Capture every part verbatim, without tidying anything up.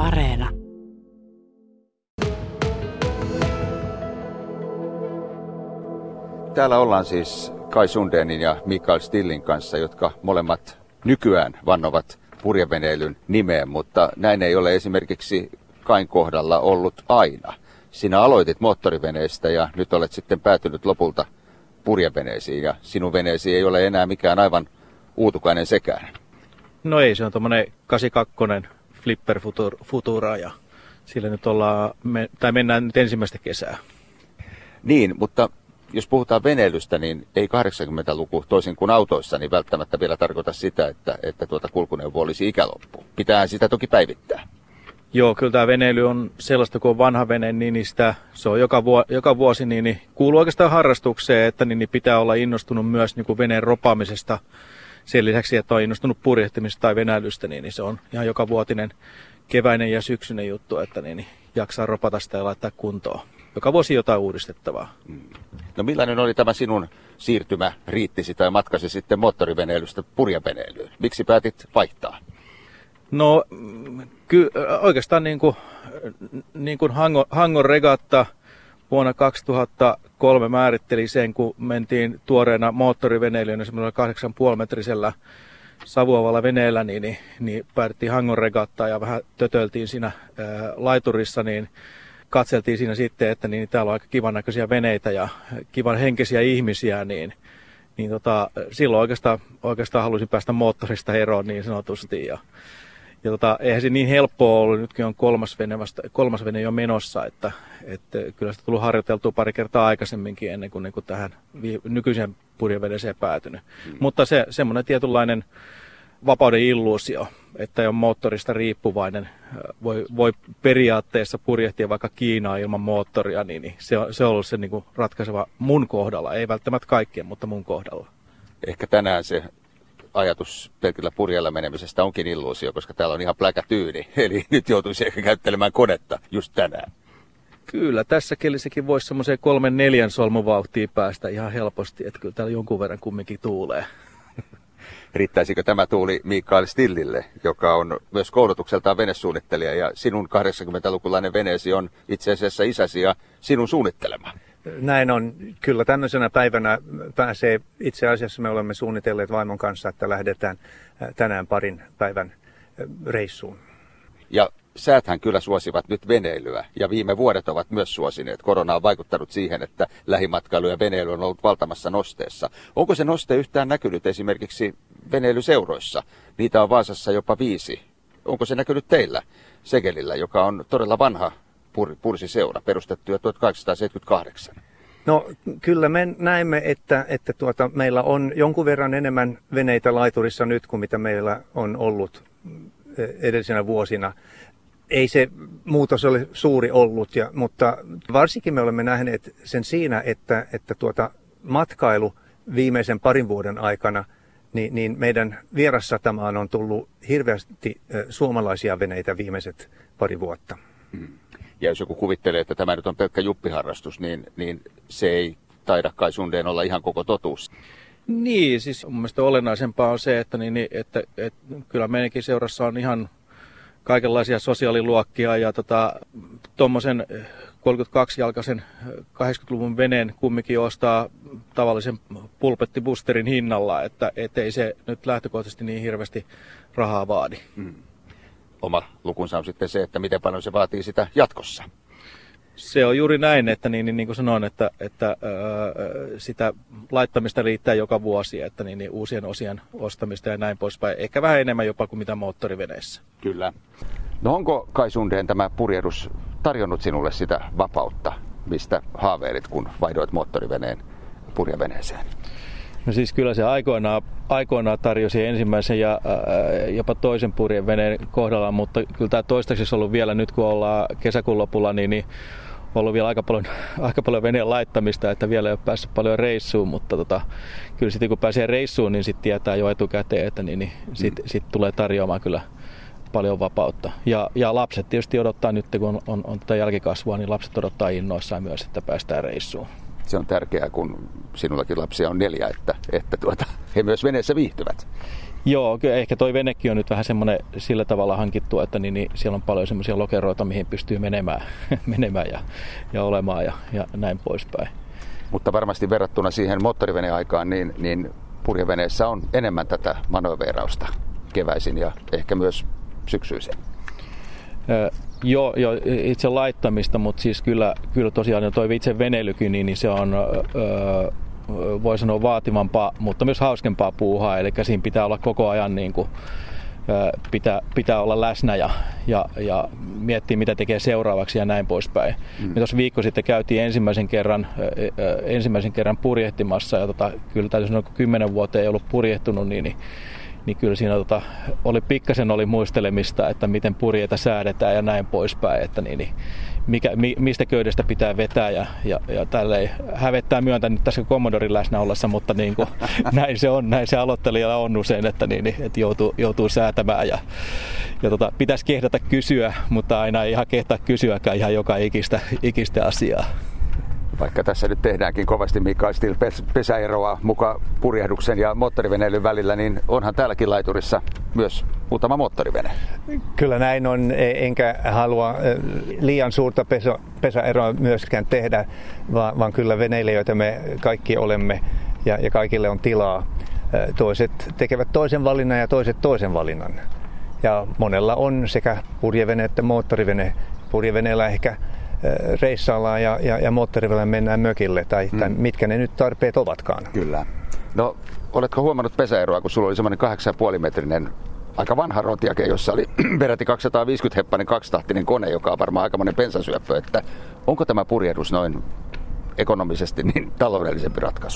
Areena. Täällä ollaan siis Kai Sundénin ja Mikael Stillin kanssa, jotka molemmat nykyään vannovat purjeveneilyn nimeen, mutta näin ei ole esimerkiksi Kain kohdalla ollut aina. Sinä aloitit moottoriveneestä ja nyt olet sitten päätynyt lopulta purjeveneisiin ja sinun veneesi ei ole enää mikään aivan uutukainen sekään. No ei, se on tuommoinen kahdeksankymmentäkaksi Flipper Futura ja sillä nyt ollaan, me, tai mennään nyt ensimmäistä kesää. Niin, mutta jos puhutaan veneilystä, niin ei kahdeksankymmentäluku toisin kuin autoissa, niin välttämättä vielä tarkoita sitä, että, että tuota kulkuneuvo olisi ikäloppu. Pitää sitä toki päivittää. Joo, kyllä tämä veneily on sellaista, kun on vanha vene, niin sitä, se on joka, vuo, joka vuosi, niin, niin kuuluu oikeastaan harrastukseen, että niin, niin pitää olla innostunut myös niin kuin veneen ropaamisesta. Sen lisäksi, että on innostunut purjehtimisesta tai venäilystä, niin, niin se on ihan joka vuotinen keväinen ja syksyinen juttu, että niin, niin jaksaa ropata sitä ja laittaa kuntoon. Joka vuosi jotain uudistettavaa. No millainen oli tämä sinun siirtymä, riittisi tai matkasi sitten moottoriveneilystä purjeveneilyyn? Miksi päätit vaihtaa? No ky- oikeastaan niin kuin, niin kuin Hangon, Hangon regatta vuonna kaksituhattakolme määritteli sen, kun mentiin tuoreena moottoriveneilyyn semmoisella kahdeksan pilkku viisi metrisellä savuavalla veneellä, niin, niin, niin päädyttiin Hangon regattaan ja vähän tötöltiin siinä ää, laiturissa, niin katseltiin siinä sitten, että niin, täällä on aika kivan näköisiä veneitä ja kivan henkisiä ihmisiä, niin, niin tota, silloin oikeastaan, oikeastaan halusin päästä moottorista eroon niin sanotusti. Ja, ja tota, eihän se niin helppoa ollut, nytkin on kolmas vene, vasta, kolmas vene jo menossa, että, että kyllä sitä tullut harjoiteltua pari kertaa aikaisemminkin ennen kuin, niin kuin tähän nykyiseen purjeveneeseen päätynyt. Hmm. Mutta se semmoinen tietynlainen vapauden illuusio, että ei ole moottorista riippuvainen, voi, voi periaatteessa purjehtia vaikka Kiinaa ilman moottoria, niin, niin se, on, se on ollut se niin kuin ratkaiseva mun kohdalla, ei välttämättä kaikkien, mutta mun kohdalla. Ehkä tänään se ajatus pelkillä purjella menemisestä onkin illuusio, koska täällä on ihan pläkätyyni, eli nyt joutuisi ehkä käyttelemään konetta just tänään. Kyllä, tässä kelissäkin voisi semmoiseen kolmen neljän solmuvauhtiin päästä ihan helposti, että kyllä täällä jonkun verran kumminkin tuulee. Riittäisikö tämä tuuli Mikael Stillille, joka on myös koulutukseltaan venesuunnittelija ja sinun kahdeksankymmentälukulainen veneesi on itse asiassa isäsi ja sinun suunnittelema? Näin on. Kyllä tämmöisenä päivänä pääsee, itse asiassa me olemme suunnitelleet vaimon kanssa, että lähdetään tänään parin päivän reissuun. Ja sääthän kyllä suosivat nyt veneilyä ja viime vuodet ovat myös suosineet. Korona on vaikuttanut siihen, että lähimatkailu ja veneily on ollut valtavassa nosteessa. Onko se noste yhtään näkynyt esimerkiksi veneilyseuroissa? Niitä on Vaasassa jopa viisi. Onko se näkynyt teillä Segelillä, joka on todella vanha pur- pursiseura, perustettu jo tuhatkahdeksansataaseitsemänkymmentäkahdeksan? No kyllä me näemme, että, että tuota, meillä on jonkun verran enemmän veneitä laiturissa nyt kuin mitä meillä on ollut edellisenä vuosina. Ei se muutos ole suuri ollut, ja, mutta varsinkin me olemme nähneet sen siinä, että, että tuota matkailu viimeisen parin vuoden aikana, niin, niin meidän vierassatamaan on tullut hirveästi suomalaisia veneitä viimeiset pari vuotta. Hmm. Ja jos joku kuvittelee, että tämä nyt on pelkkä juppiharrastus, niin, niin se ei taida Kai Sundén olla ihan koko totuus. Niin, siis mun mielestä olennaisempaa on se, että, niin, että, että, että kyllä meidänkin seurassa on ihan kaikenlaisia sosiaaliluokkia ja tuommoisen tota, kolmekymmentäkaksijalkaisen kahdeksankymmentäluvun veneen kumminkin ostaa tavallisen pulpettibusterin hinnalla, että et ei se nyt lähtökohtaisesti niin hirveästi rahaa vaadi. Mm. Oma lukunsa on sitten se, että miten paljon se vaatii sitä jatkossa. Se on juuri näin, että niin, niin, niin kuin sanoin, että, että ää, sitä laittamista riittää joka vuosi, että niin, niin, uusien osien ostamista ja näin poispäin. Ehkä vähän enemmän jopa kuin mitä moottoriveneissä. Kyllä. No onko Kai Sundén tämä purjehdus tarjonnut sinulle sitä vapautta, mistä haaveilit, kun vaihdoit moottoriveneen purjeveneeseen? No siis kyllä se aikoinaan, aikoinaan tarjosi ensimmäisen ja ää, jopa toisen purjeveneen kohdalla, mutta kyllä tämä toistaiseksi on ollut vielä nyt, kun ollaan kesäkuun lopulla, niin, niin ollut vielä aika paljon, aika paljon veneen laittamista, että vielä ei ole päässyt paljon reissuun, mutta tota, kyllä sitten kun pääsee reissuun, niin sitten tietää jo etukäteen, että niin, niin sitten sit tulee tarjoamaan kyllä paljon vapautta. Ja, ja lapset tietysti odottaa nyt, kun on, on, on tätä jälkikasvua, niin lapset odottaa innoissaan myös, että päästään reissuun. Se on tärkeää, kun sinullakin lapsia on neljä, että, että tuota, he myös veneessä viihtyvät. Joo, ehkä toi venekin on nyt vähän semmoinen sillä tavalla hankittu, että niin, niin siellä on paljon semmoisia lokeroita, mihin pystyy menemään, menemään ja, ja olemaan ja, ja näin poispäin. Mutta varmasti verrattuna siihen moottoriveneaikaan, niin, niin purjeveneessä on enemmän tätä manööverausta keväisin ja ehkä myös syksyisin. Öö, joo, jo, itse laittamista, mutta siis kyllä, kyllä tosiaan toi itse veneilykin, niin, niin se on... Öö, voi sanoa vaativampaa, mutta myös hauskempaa puuhaa, eli siinä pitää olla koko ajan niin kuin, pitää, pitää olla läsnä ja, ja, ja miettiä, mitä tekee seuraavaksi ja näin poispäin. Mm. Me tuossa viikko sitten käytiin ensimmäisen kerran, ensimmäisen kerran purjehtimassa ja tota, kyllä täytyy sanoa, kun kymmenen vuoteen ei ollut purjehtunut, niin, niin, niin kyllä siinä tota, oli pikkasen oli muistelemista, että miten purjeita säädetään ja näin poispäin, että niin, niin Mikä, mi, mistä köydestä pitää vetää ja, ja, ja tälleen hävettää myöntää nyt tässä Commodoren läsnä ollessa, mutta niin kuin, näin se on, näin se aloittelijalla on usein, että, niin, että joutuu, joutuu säätämään ja, ja tota, pitäisi kehdata kysyä, mutta aina ei ihan kehtaa kysyäkään ihan joka ikistä, ikistä asiaa. Vaikka tässä nyt tehdäänkin kovasti Mikael Steel pesäeroa mukaan purjehduksen ja moottoriveneilyn välillä, niin onhan täälläkin laiturissa myös muutama moottorivene. Kyllä näin on, enkä halua liian suurta pesä, pesäeroa myöskään tehdä, vaan, vaan kyllä veneilijöitä me kaikki olemme ja, ja kaikille on tilaa. Toiset tekevät toisen valinnan ja toiset toisen valinnan. Ja monella on sekä purjevene että moottorivene. Purjeveneellä ehkä reissaillaan ja, ja, ja moottoriveneellä mennään mökille tai, mm. tai mitkä ne nyt tarpeet ovatkaan. Kyllä. No, oletko huomannut pesäeroa, kun sulla oli semmoinen kahdeksan pilkku viisi metrinen aika vanha rotiake, jossa oli peräti kaksisataaviisikymmentä heppainen kaksitahtinen kone, joka on varmaan aikamoinen bensasyöppö, että onko tämä purjehdus noin ekonomisesti niin taloudellisempi ratkaisu?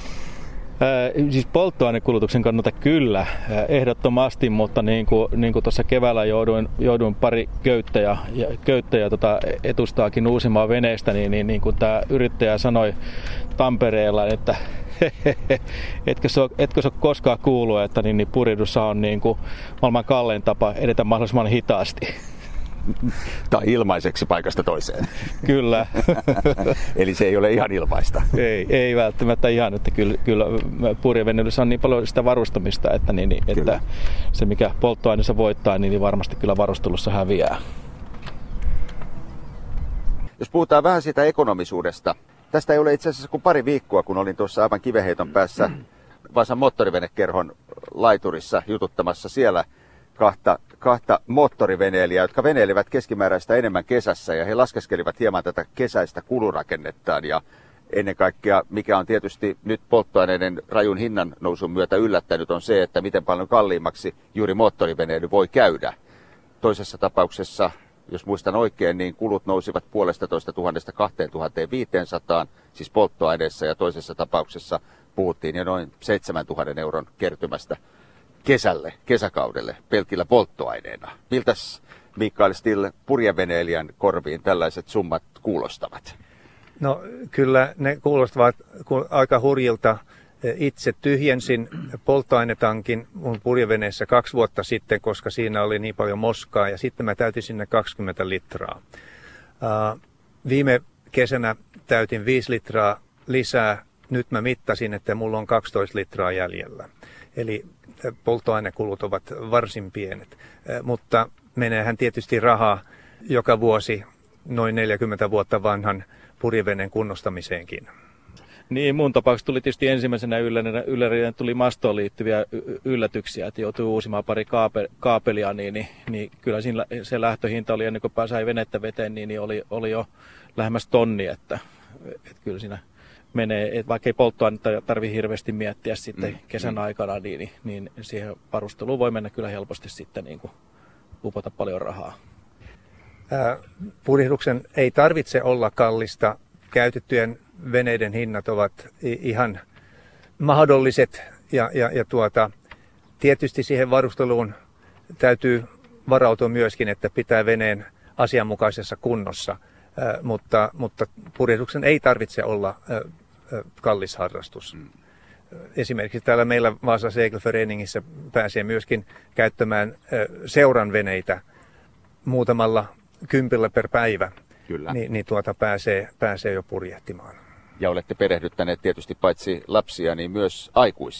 Äh, siis polttoainekulutuksen kannalta kyllä, äh, ehdottomasti, mutta niin kuin, niin kuin tuossa keväällä jouduin, jouduin pari köyttäjä, ja, köyttäjä tota etustaakin uusimaan veneestä, niin, niin, niin kuin tämä yrittäjä sanoi Tampereella, että etkö se ole, etkö se ole koskaan kuullut, että niin, niin purjehdus on niin kuin maailman kallein tapa edetä mahdollisimman hitaasti. Tai ilmaiseksi paikasta toiseen. Kyllä. Eli se ei ole ihan ilmaista. Ei, ei välttämättä ihan, että kyllä, kyllä purjeveneilyssä on niin paljon sitä varustamista, että, niin, että se mikä polttoaineessa voittaa, niin varmasti kyllä varustelussa häviää. Jos puhutaan vähän siitä ekonomisuudesta, tästä ei ole itse asiassa kuin pari viikkoa, kun olin tuossa aivan kiveheiton päässä Vaasan moottorivenekerhon laiturissa jututtamassa siellä kahta, kahta moottoriveneilijää, jotka veneilivät keskimääräistä enemmän kesässä ja he laskeskelivat hieman tätä kesäistä kulurakennettaan ja ennen kaikkea, mikä on tietysti nyt polttoaineiden rajun hinnan nousun myötä yllättänyt, on se, että miten paljon kalliimmaksi juuri moottoriveneily voi käydä. Toisessa tapauksessa, jos muistan oikein, niin kulut nousivat puolestatoista tuhannesta kaksituhattaviisisataa, siis polttoaineessa, ja toisessa tapauksessa puhuttiin jo noin seitsemäntuhatta euron kertymästä kesälle, kesäkaudelle pelkillä polttoaineena. Miltäs Mikael Steel purjeveneilijän korviin tällaiset summat kuulostavat? No kyllä ne kuulostavat aika hurjilta. Itse tyhjensin polttoainetankin mun purjeveneessä kaksi vuotta sitten, koska siinä oli niin paljon moskaa ja sitten mä täytin sinne kaksikymmentä litraa. Viime kesänä täytin viisi litraa lisää. Nyt mä mittasin, että mulla on kaksitoista litraa jäljellä. Eli polttoainekulut ovat varsin pienet, mutta meneehän tietysti rahaa joka vuosi noin neljäkymmentä vuotta vanhan purjeveneen kunnostamiseenkin. Niin, mun tapauksessa tuli tietysti ensimmäisenä yllärinä tuli mastoon liittyviä yllätyksiä, että joutui uusimaan pari kaape, kaapelia, niin, niin, niin kyllä siinä se lähtöhinta oli, ennen kuin pääsee venettä veteen, niin, niin oli, oli jo lähemmäs tonni, että, että kyllä siinä menee, että vaikka ei polttoainetta tarvitse hirveästi miettiä sitten kesän aikana, niin, niin, niin siihen varusteluun voi mennä kyllä helposti sitten niin kuin upota paljon rahaa. Ää, purjehduksen ei tarvitse olla kallista. Käytettyjen veneiden hinnat ovat ihan mahdolliset ja, ja, ja tuota, tietysti siihen varusteluun täytyy varautua myöskin, että pitää veneen asianmukaisessa kunnossa, ää, mutta, mutta purjehduksen ei tarvitse olla ää, kallis harrastus. Mm. Esimerkiksi täällä meillä Vaasa Segelföreningissä pääsee myöskin käyttämään seuran veneitä muutamalla kympillä per päivä. Kyllä. Niin, niin tuota pääsee, pääsee jo purjehtimaan. Ja olette perehdyttäneet tietysti paitsi lapsia, niin myös aikuisia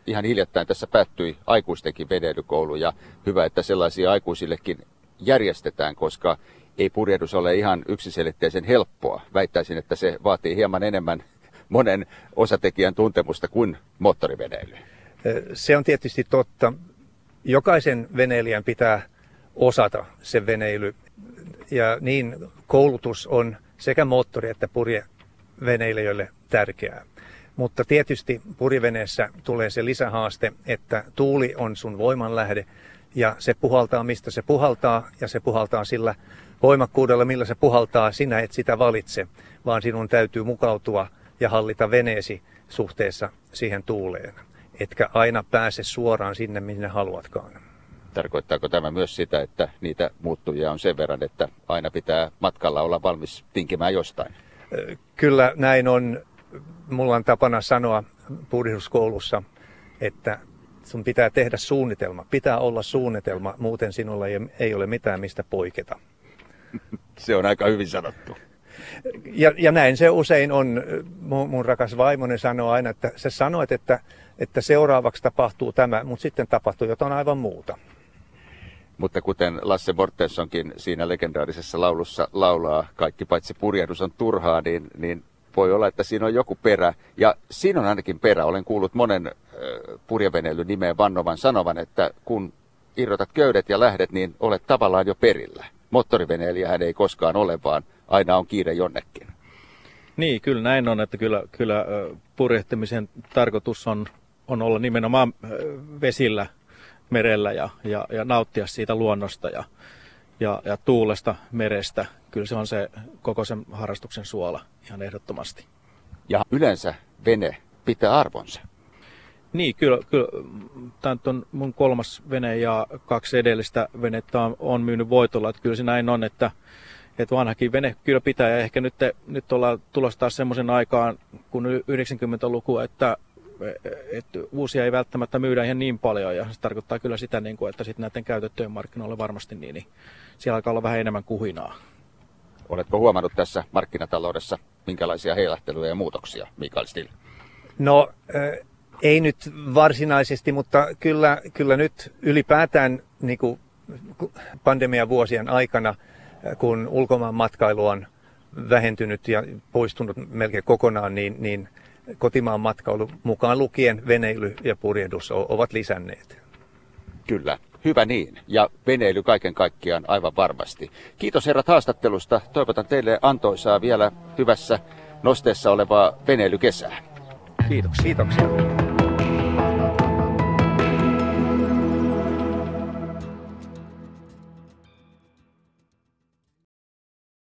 ihan hiljattain tässä päättyi aikuistenkin veneilykoulu ja hyvä, että sellaisia aikuisillekin järjestetään, koska ei purjehdus ole ihan yksiselitteisen helppoa. Väittäisin, että se vaatii hieman enemmän monen osatekijän tuntemusta kuin moottoriveneily. Se on tietysti totta. Jokaisen veneilijän pitää osata se veneily. Ja niin koulutus on sekä moottori- että purjeveneilijöille tärkeää. Mutta tietysti purjeveneessä tulee se lisähaaste, että tuuli on sun voimanlähde ja se puhaltaa mistä se puhaltaa ja se puhaltaa sillä voimakkuudella, millä se puhaltaa. Sinä et sitä valitse, vaan sinun täytyy mukautua ja hallita veneesi suhteessa siihen tuuleen. Etkä aina pääse suoraan sinne, minne haluatkaan. Tarkoittaako tämä myös sitä, että niitä muuttujia on sen verran, että aina pitää matkalla olla valmis tinkimään jostain? Kyllä näin on. Mulla on tapana sanoa purjehduskoulussa, että sun pitää tehdä suunnitelma. Pitää olla suunnitelma, muuten sinulla ei ole mitään mistä poiketa. Se on aika hyvin sanottu. Ja, ja näin se usein on. Mun, mun rakas vaimoni sanoo aina, että sä sanoit, että, että seuraavaksi tapahtuu tämä, mutta sitten tapahtuu jotain aivan muuta. Mutta kuten Lasse Mortensonkin siinä legendaarisessa laulussa laulaa, kaikki paitsi purjehdus on turhaa, niin, niin voi olla, että siinä on joku perä. Ja siinä on ainakin perä. Olen kuullut monen äh, purjeveneilyn nimeen vannovan sanovan, että kun irrotat köydet ja lähdet, niin olet tavallaan jo perillä. Moottoriveneilijähän ei koskaan ole, vaan aina on kiire jonnekin. Niin, kyllä näin on, että kyllä, kyllä purjehtimisen tarkoitus on, on olla nimenomaan vesillä, merellä ja, ja, ja nauttia siitä luonnosta ja, ja, ja tuulesta, merestä. Kyllä se on se koko sen harrastuksen suola ihan ehdottomasti. Ja yleensä vene pitää arvonsa. Niin, kyllä, kyllä tämä on mun kolmas vene ja kaksi edellistä venettä on, on myynyt voitolla. Että kyllä se näin on, että, että vanhakin vene kyllä pitää. Ja ehkä nyt, nyt ollaan tulossa taas semmoisen aikaan kuin yhdeksänkymmentäluku, että, että uusia ei välttämättä myydä ihan niin paljon. Ja se tarkoittaa kyllä sitä, että sitten näiden käytettyjen markkinoilla varmasti niin, niin siellä alkaa olla vähän enemmän kuhinaa. Oletko huomannut tässä markkinataloudessa minkälaisia heilahteluja ja muutoksia, Mikael Still? No... Äh... Ei nyt varsinaisesti, mutta kyllä, kyllä nyt ylipäätään niin kuin pandemian vuosien aikana, kun ulkomaan matkailu on vähentynyt ja poistunut melkein kokonaan, niin, niin kotimaan matkailu mukaan lukien veneily ja purjehdus ovat lisänneet. Kyllä, hyvä niin. Ja veneily kaiken kaikkiaan aivan varmasti. Kiitos herrat haastattelusta. Toivotan teille antoisaa vielä hyvässä nosteessa olevaa veneilykesää. Kiitoksia. Kiitoksia.